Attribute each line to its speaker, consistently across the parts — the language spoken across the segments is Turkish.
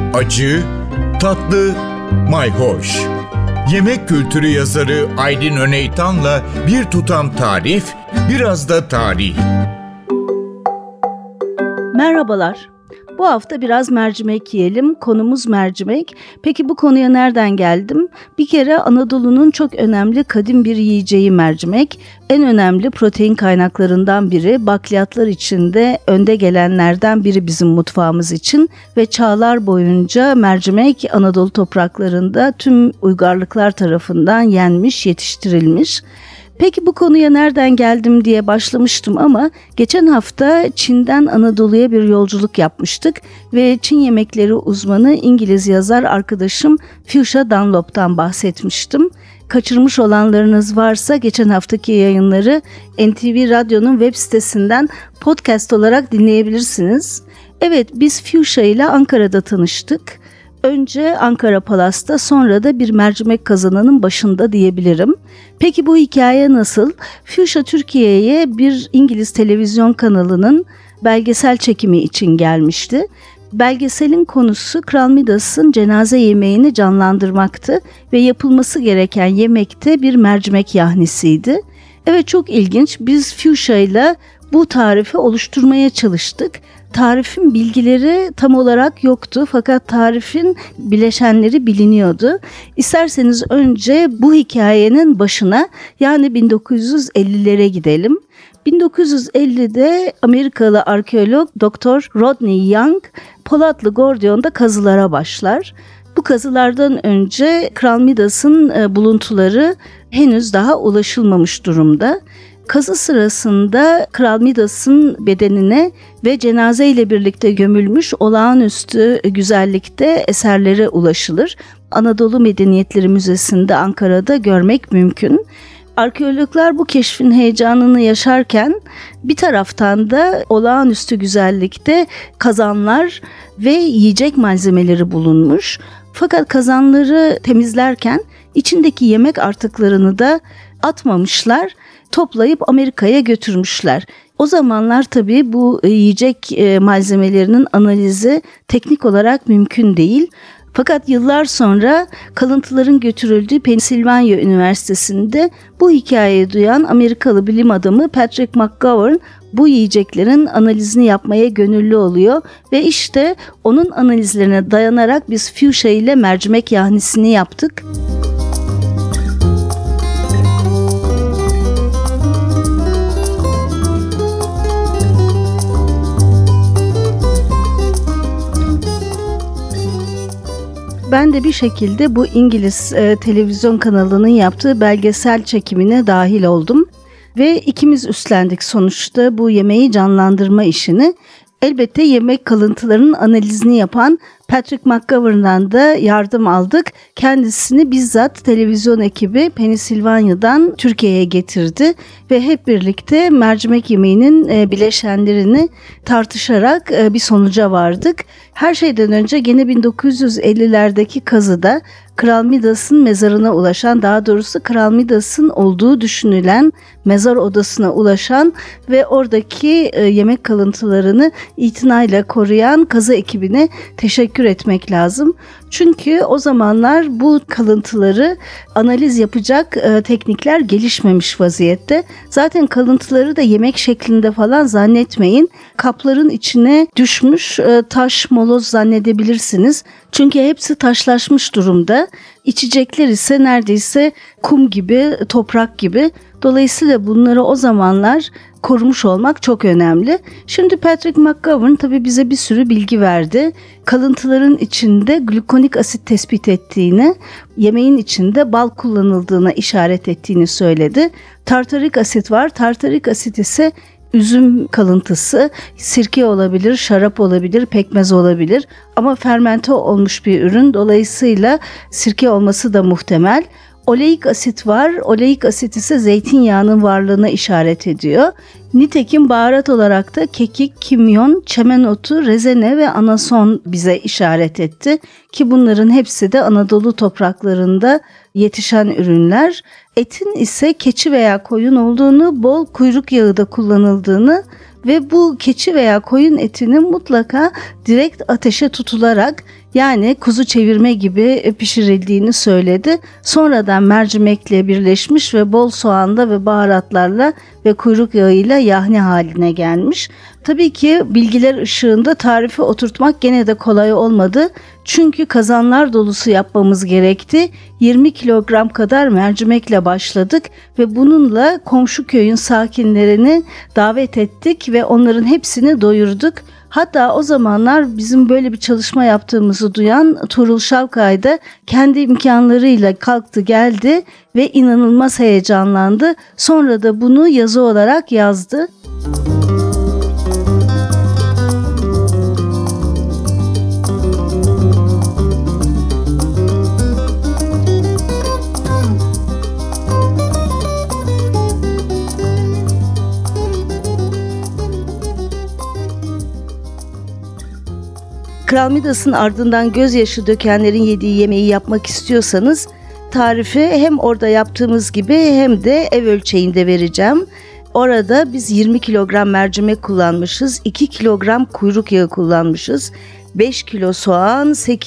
Speaker 1: acı, tatlı, mayhoş. Yemek kültürü yazarı Aydin Öneytan'la bir tutam tarif, biraz da tarih.
Speaker 2: Merhabalar. Bu hafta biraz mercimek yiyelim. Konumuz mercimek. Peki bu konuya nereden geldim? Bir kere Anadolu'nun çok önemli kadim bir yiyeceği mercimek. En önemli protein kaynaklarından biri. Bakliyatlar içinde önde gelenlerden biri bizim mutfağımız için. Ve çağlar boyunca mercimek Anadolu topraklarında tüm uygarlıklar tarafından yenmiş, yetiştirilmiş. Peki bu konuya nereden geldim diye başlamıştım ama geçen hafta Çin'den Anadolu'ya bir yolculuk yapmıştık ve Çin yemekleri uzmanı İngiliz yazar arkadaşım Fuchsia Dunlop'tan bahsetmiştim. Kaçırmış olanlarınız varsa geçen haftaki yayınları NTV Radyo'nun web sitesinden podcast olarak dinleyebilirsiniz. Evet, biz Fuchsia ile Ankara'da tanıştık. Önce Ankara Palas'ta, sonra da bir mercimek kazanının başında diyebilirim. Peki bu hikaye nasıl? Fuchsia Türkiye'ye bir İngiliz televizyon kanalının belgesel çekimi için gelmişti. Belgeselin konusu Kral Midas'ın cenaze yemeğini canlandırmaktı ve yapılması gereken yemekte bir mercimek yahnisiydi. Evet, çok ilginç. Biz Fuchsia ile bu tarifi oluşturmaya çalıştık. Tarifin bilgileri tam olarak yoktu fakat tarifin bileşenleri biliniyordu. İsterseniz önce bu hikayenin başına, yani 1950'lere gidelim. 1950'de Amerikalı arkeolog Dr. Rodney Young Polatlı Gordion'da kazılara başlar. Bu kazılardan önce Kral Midas'ın buluntuları henüz daha ulaşılmamış durumda. Kazı sırasında Kral Midas'ın bedenine ve cenaze ile birlikte gömülmüş olağanüstü güzellikte eserlere ulaşılır. Anadolu Medeniyetleri Müzesi'nde Ankara'da görmek mümkün. Arkeologlar bu keşfin heyecanını yaşarken bir taraftan da olağanüstü güzellikte kazanlar ve yiyecek malzemeleri bulunmuş. Fakat kazanları temizlerken içindeki yemek artıklarını da atmamışlar, toplayıp Amerika'ya götürmüşler. O zamanlar tabii bu yiyecek malzemelerinin analizi teknik olarak mümkün değil. Fakat yıllar sonra kalıntıların götürüldüğü Pennsylvania Üniversitesi'nde bu hikayeyi duyan Amerikalı bilim adamı Patrick McGovern bu yiyeceklerin analizini yapmaya gönüllü oluyor ve işte onun analizlerine dayanarak biz Fuchsia ile mercimek yahnisini yaptık. Ben de bir şekilde bu İngiliz televizyon kanalının yaptığı belgesel çekimine dahil oldum ve ikimiz üstlendik sonuçta bu yemeği canlandırma işini. Elbette yemek kalıntılarının analizini yapan Patrick McGovern'dan da yardım aldık. Kendisini bizzat televizyon ekibi Pennsylvania'dan Türkiye'ye getirdi ve hep birlikte mercimek yemeğinin bileşenlerini tartışarak bir sonuca vardık. Her şeyden önce gene 1950'lerdeki kazıda Kral Midas'ın mezarına ulaşan, daha doğrusu Kral Midas'ın olduğu düşünülen mezar odasına ulaşan ve oradaki yemek kalıntılarını itinayla koruyan kazı ekibine teşekkür etmek lazım. Çünkü o zamanlar bu kalıntıları analiz yapacak teknikler gelişmemiş vaziyette. Zaten kalıntıları da yemek şeklinde falan zannetmeyin. Kapların içine düşmüş taş, moloz zannedebilirsiniz. Çünkü hepsi taşlaşmış durumda. İçecekler ise neredeyse kum gibi, toprak gibi. Dolayısıyla bunları o zamanlar korumuş olmak çok önemli. Şimdi Patrick McGovern tabii bize bir sürü bilgi verdi. Kalıntıların içinde glukonik asit tespit ettiğini, yemeğin içinde bal kullanıldığına işaret ettiğini söyledi. Tartarik asit var. Tartarik asit ise üzüm kalıntısı, sirke olabilir, şarap olabilir, pekmez olabilir ama fermente olmuş bir ürün. Dolayısıyla sirke olması da muhtemel. Oleik asit var. Oleik asit ise zeytinyağının varlığına işaret ediyor. Nitekim baharat olarak da kekik, kimyon, çemen otu, rezene ve anason bize işaret etti. Ki bunların hepsi de Anadolu topraklarında yetişen ürünler. Etin ise keçi veya koyun olduğunu, bol kuyruk yağı da kullanıldığını ve bu keçi veya koyun etinin mutlaka direkt ateşe tutularak Yani kuzu çevirme gibi pişirildiğini söyledi. Sonradan mercimekle birleşmiş ve bol soğanla ve baharatlarla ve kuyruk yağıyla yahni haline gelmiş. Tabii ki bilgiler ışığında tarifi oturtmak gene de kolay olmadı. Çünkü kazanlar dolusu yapmamız gerekti. 20 kilogram kadar mercimekle başladık ve bununla komşu köyün sakinlerini davet ettik ve onların hepsini doyurduk. Hatta o zamanlar bizim böyle bir çalışma yaptığımızı duyan Tuğrul Şavkay da kendi imkanlarıyla kalktı geldi ve inanılmaz heyecanlandı. Sonra da bunu yazı olarak yazdı. Kral Midas'ın ardından gözyaşı dökenlerin yediği yemeği yapmak istiyorsanız tarifi hem orada yaptığımız gibi hem de ev ölçeğinde vereceğim. Orada biz 20 kilogram mercimek kullanmışız, 2 kilogram kuyruk yağı kullanmışız, 5 kilo soğan,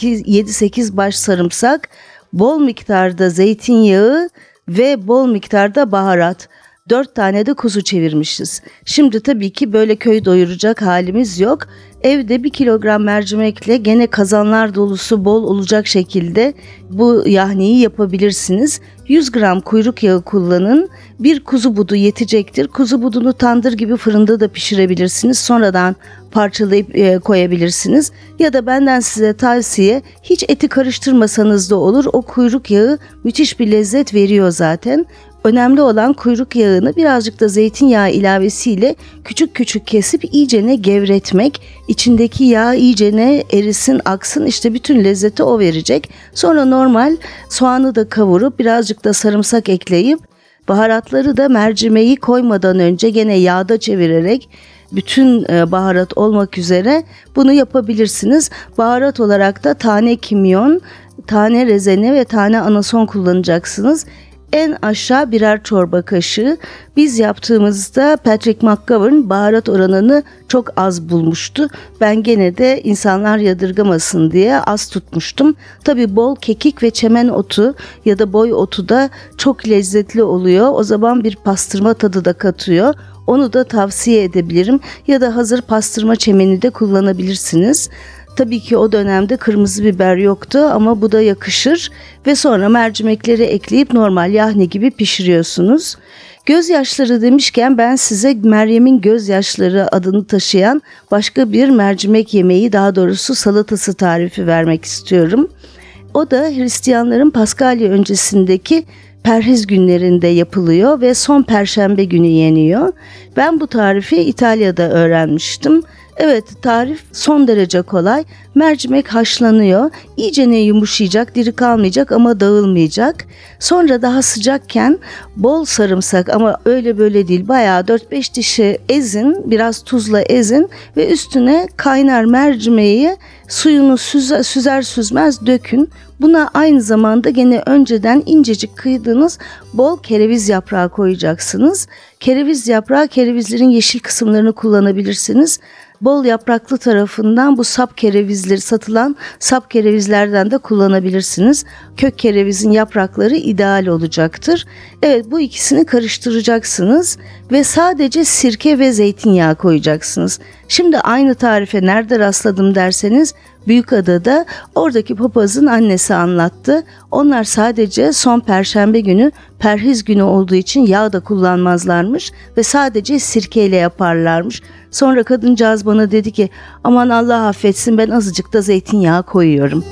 Speaker 2: 7-8 baş sarımsak, bol miktarda zeytinyağı ve bol miktarda baharat. 4 tane de kuzu çevirmişiz. Şimdi tabii ki böyle köy doyuracak halimiz yok. Evde 1 kilogram mercimekle gene kazanlar dolusu bol olacak şekilde bu yahniyi yapabilirsiniz. 100 gram kuyruk yağı kullanın. Bir kuzu budu yetecektir. Kuzu budunu tandır gibi fırında da pişirebilirsiniz. Sonradan parçalayıp koyabilirsiniz. Ya da benden size tavsiye, hiç eti karıştırmasanız da olur. O kuyruk yağı müthiş bir lezzet veriyor zaten. Önemli olan kuyruk yağını birazcık da zeytinyağı ilavesiyle küçük küçük kesip iyicene gevretmek. İçindeki yağ iyicene erisin, aksın, işte bütün lezzeti o verecek. Sonra normal soğanı da kavurup birazcık da sarımsak ekleyip baharatları da mercimeği koymadan önce gene yağda çevirerek bütün baharat olmak üzere bunu yapabilirsiniz. Baharat olarak da tane kimyon, tane rezene ve tane anason kullanacaksınız. En aşağı birer çorba kaşığı. Biz yaptığımızda Patrick McGovern baharat oranını çok az bulmuştu. Ben gene de insanlar yadırgamasın diye az tutmuştum. Tabii bol kekik ve çemen otu ya da boy otu da çok lezzetli oluyor. O zaman bir pastırma tadı da katıyor. Onu da tavsiye edebilirim. Ya da hazır pastırma çemeni de kullanabilirsiniz. Tabii ki o dönemde kırmızı biber yoktu ama bu da yakışır ve sonra mercimekleri ekleyip normal yahni gibi pişiriyorsunuz. Gözyaşları demişken ben size Meryem'in gözyaşları adını taşıyan başka bir mercimek yemeği, daha doğrusu salatası tarifi vermek istiyorum. O da Hristiyanların Paskalya öncesindeki perhiz günlerinde yapılıyor ve son perşembe günü yeniyor. Ben bu tarifi İtalya'da öğrenmiştim. Evet, tarif son derece kolay. Mercimek haşlanıyor. İyicene yumuşayacak, diri kalmayacak ama dağılmayacak. Sonra daha sıcakken bol sarımsak, ama öyle böyle değil, bayağı 4-5 dişi ezin, biraz tuzla ezin ve üstüne kaynar mercimeği suyunu süzer süzmez dökün. Buna aynı zamanda gene önceden incecik kıydığınız bol kereviz yaprağı koyacaksınız. Kereviz yaprağı, kerevizlerin yeşil kısımlarını kullanabilirsiniz. Bol yapraklı tarafından bu sap kerevizleri, satılan sap kerevizlerden de kullanabilirsiniz. Kök kerevizin yaprakları ideal olacaktır. Evet, bu ikisini karıştıracaksınız ve sadece sirke ve zeytinyağı koyacaksınız. Şimdi aynı tarife nerede rastladım derseniz, Büyükada'da oradaki papazın annesi anlattı. Onlar sadece son perşembe günü, perhiz günü olduğu için yağ da kullanmazlarmış ve sadece sirkeyle yaparlarmış. Sonra kadıncağız bana dedi ki, aman Allah affetsin, ben azıcık da zeytinyağı koyuyorum.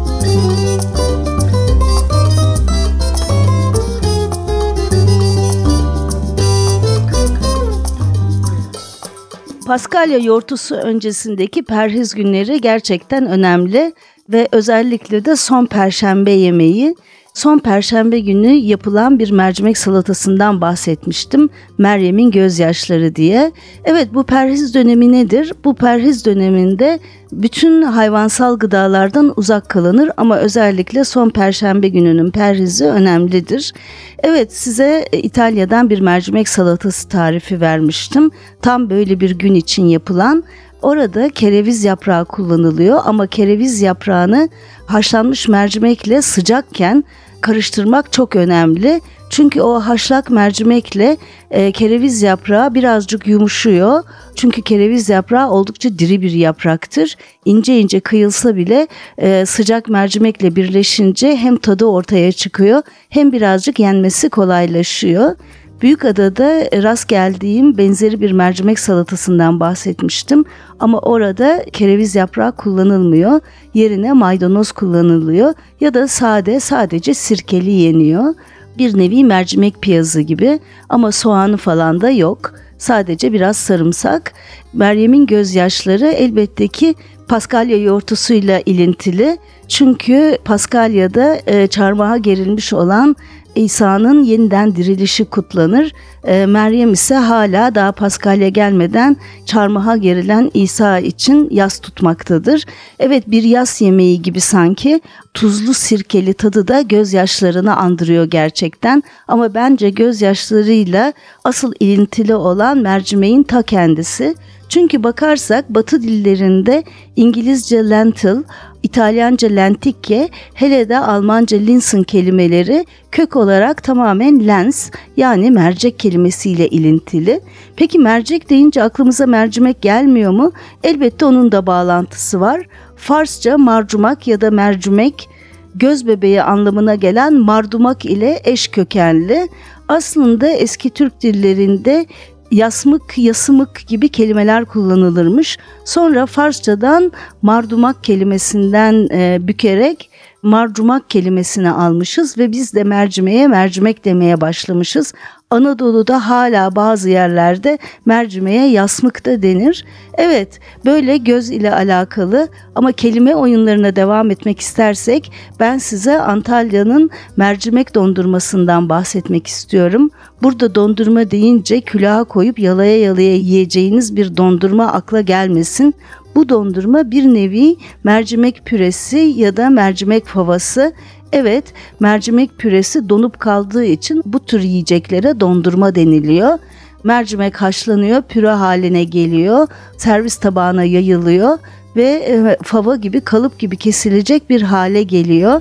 Speaker 2: Paskalya yortusu öncesindeki perhiz günleri gerçekten önemli ve özellikle de son perşembe yemeği. Son perşembe günü yapılan bir mercimek salatasından bahsetmiştim. Meryem'in gözyaşları diye. Evet, bu perhiz dönemi nedir? Bu perhiz döneminde bütün hayvansal gıdalardan uzak kalınır ama özellikle son perşembe gününün perhizi önemlidir. Evet, size İtalya'dan bir mercimek salatası tarifi vermiştim. Tam böyle bir gün için yapılan. Orada kereviz yaprağı kullanılıyor ama kereviz yaprağını haşlanmış mercimekle sıcakken karıştırmak çok önemli. Çünkü o haşlak mercimekle kereviz yaprağı birazcık yumuşuyor. Çünkü kereviz yaprağı oldukça diri bir yapraktır. İnce ince kıyılsa bile sıcak mercimekle birleşince hem tadı ortaya çıkıyor hem birazcık yenmesi kolaylaşıyor. Büyükada'da rast geldiğim benzeri bir mercimek salatasından bahsetmiştim. Ama orada kereviz yaprağı kullanılmıyor. Yerine maydanoz kullanılıyor ya da sadece sirkeli yeniyor. Bir nevi mercimek piyazı gibi ama soğanı falan da yok. Sadece biraz sarımsak. Meryem'in gözyaşları elbette ki Paskalya yoğurtusuyla ilintili. Çünkü Paskalya'da çarmıha gerilmiş olan İsa'nın yeniden dirilişi kutlanır. Meryem ise hala daha Paskalya gelmeden çarmıha gerilen İsa için yas tutmaktadır. Evet, bir yas yemeği gibi sanki. Tuzlu sirkeli tadı da gözyaşlarını andırıyor gerçekten. Ama bence gözyaşlarıyla asıl ilintili olan mercimeğin ta kendisi. Çünkü bakarsak Batı dillerinde İngilizce lentil, İtalyanca lenticchie, hele de Almanca Linsen kelimeleri kök olarak tamamen lens yani mercek kelimesiyle ilintili. Peki mercek deyince aklımıza mercimek gelmiyor mu? Elbette onun da bağlantısı var. Farsça marcumak ya da mercimek göz bebeği anlamına gelen mardumak ile eş kökenli. Aslında eski Türk dillerinde yasmık, yasımık gibi kelimeler kullanılırmış. Sonra Farsçadan mardumak kelimesinden bükerek marcumak kelimesini almışız ve biz de mercimeğe mercimek demeye başlamışız. Anadolu'da hala bazı yerlerde mercimeğe yasmık da denir. Evet, böyle göz ile alakalı ama kelime oyunlarına devam etmek istersek ben size Antalya'nın mercimek dondurmasından bahsetmek istiyorum. Burada dondurma deyince külaha koyup yalaya yalaya yiyeceğiniz bir dondurma akla gelmesin. Bu dondurma bir nevi mercimek püresi ya da mercimek favası. Evet, mercimek püresi donup kaldığı için bu tür yiyeceklere dondurma deniliyor. Mercimek haşlanıyor, püre haline geliyor, servis tabağına yayılıyor ve fava gibi, kalıp gibi kesilecek bir hale geliyor.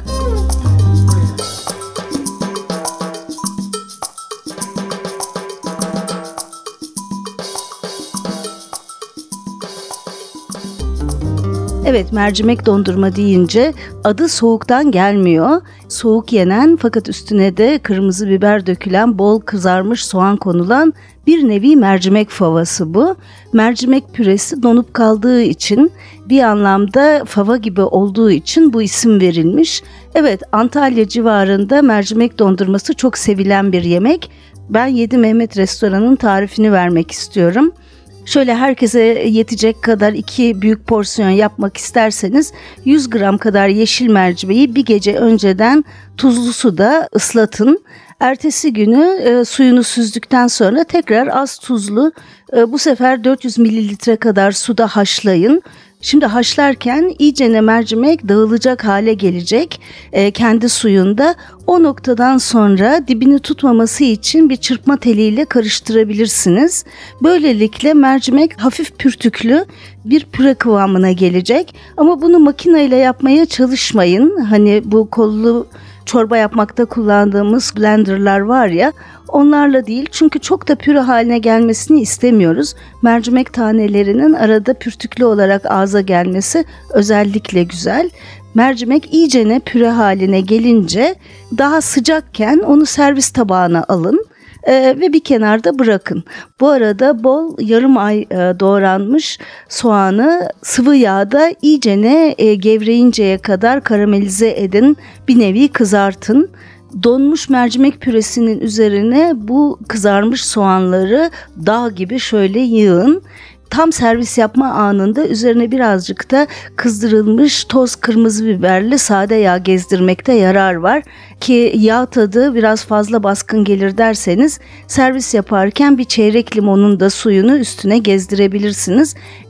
Speaker 2: Evet, mercimek dondurma deyince adı soğuktan gelmiyor. Soğuk yenen fakat üstüne de kırmızı biber dökülen, bol kızarmış soğan konulan bir nevi mercimek favası bu. Mercimek püresi donup kaldığı için, bir anlamda fava gibi olduğu için bu isim verilmiş. Evet, Antalya civarında mercimek dondurması çok sevilen bir yemek. Ben Yedi Mehmet Restoran'ın tarifini vermek istiyorum. Şöyle herkese yetecek kadar 2 büyük porsiyon yapmak isterseniz 100 gram kadar yeşil mercimeği bir gece önceden tuzlu suda ıslatın. Ertesi günü suyunu süzdükten sonra tekrar az tuzlu, bu sefer 400 mililitre kadar suda haşlayın. Şimdi haşlarken iyicene mercimek dağılacak hale gelecek kendi suyunda. O noktadan sonra dibini tutmaması için bir çırpma teliyle karıştırabilirsiniz. Böylelikle mercimek hafif pürtüklü bir püre kıvamına gelecek. Ama bunu makineyle yapmaya çalışmayın. Hani bu kollu çorba yapmakta kullandığımız blenderlar var ya, onlarla değil, çünkü çok da püre haline gelmesini istemiyoruz. Mercimek tanelerinin arada pürtüklü olarak ağza gelmesi özellikle güzel. Mercimek iyicene püre haline gelince daha sıcakken onu servis tabağına alın ve bir kenarda bırakın. Bu arada bol yarım ay doğranmış soğanı sıvı yağda iyicene gevreyinceye kadar karamelize edin, bir nevi kızartın. Donmuş mercimek püresinin üzerine bu kızarmış soğanları dağ gibi şöyle yığın. Tam servis yapma anında üzerine birazcık da kızdırılmış toz kırmızı biberli sade yağ gezdirmekte yarar var. Ki yağ tadı biraz fazla baskın gelir derseniz servis yaparken bir çeyrek limonun da suyunu üstüne gezdirebilirsiniz.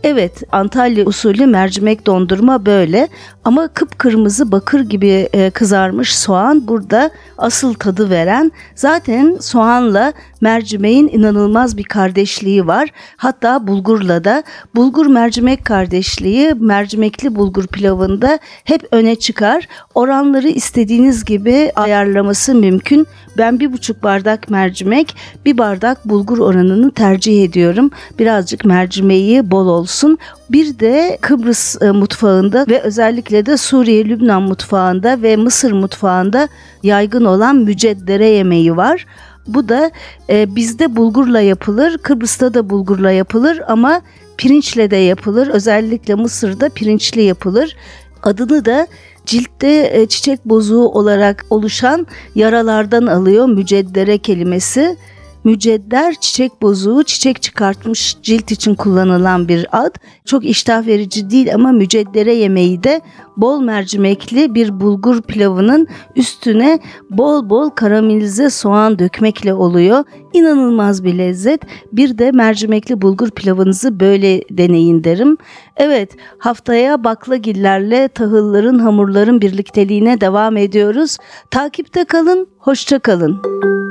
Speaker 2: Evet, Antalya usulü mercimek dondurma böyle ama kıpkırmızı bakır gibi kızarmış soğan burada asıl tadı veren. Zaten soğanla mercimeğin inanılmaz bir kardeşliği var. Hatta bulgurla da. Bulgur mercimek kardeşliği mercimekli bulgur pilavında hep öne çıkar. Oranları istediğiniz gibi ayarlaması mümkün. Ben 1,5 bardak mercimek, 1 bardak bulgur oranını tercih ediyorum. Birazcık mercimeği bol olsun. Bir de Kıbrıs mutfağında ve özellikle de Suriye, Lübnan mutfağında ve Mısır mutfağında yaygın olan müceddere yemeği var. Bu da bizde bulgurla yapılır, Kıbrıs'ta da bulgurla yapılır ama pirinçle de yapılır. Özellikle Mısır'da pirinçli yapılır. Adını da ciltte çiçek bozuğu olarak oluşan yaralardan alıyor müceddere kelimesi. Mücedder çiçek bozuğu, çiçek çıkartmış cilt için kullanılan bir ad. Çok iştah verici değil ama müceddere yemeği de bol mercimekli bir bulgur pilavının üstüne bol bol karamelize soğan dökmekle oluyor. İnanılmaz bir lezzet. Bir de mercimekli bulgur pilavınızı böyle deneyin derim. Evet, haftaya baklagillerle tahılların, hamurların birlikteliğine devam ediyoruz. Takipte kalın, hoşça kalın.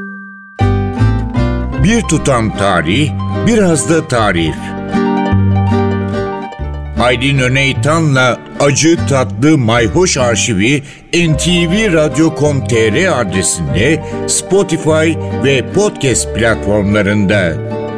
Speaker 1: Bir tutam tarih, biraz da tarif. Aydin Öneytan'la Acı Tatlı Mayhoş arşivi ntvradio.com.tr adresinde, Spotify ve podcast platformlarında.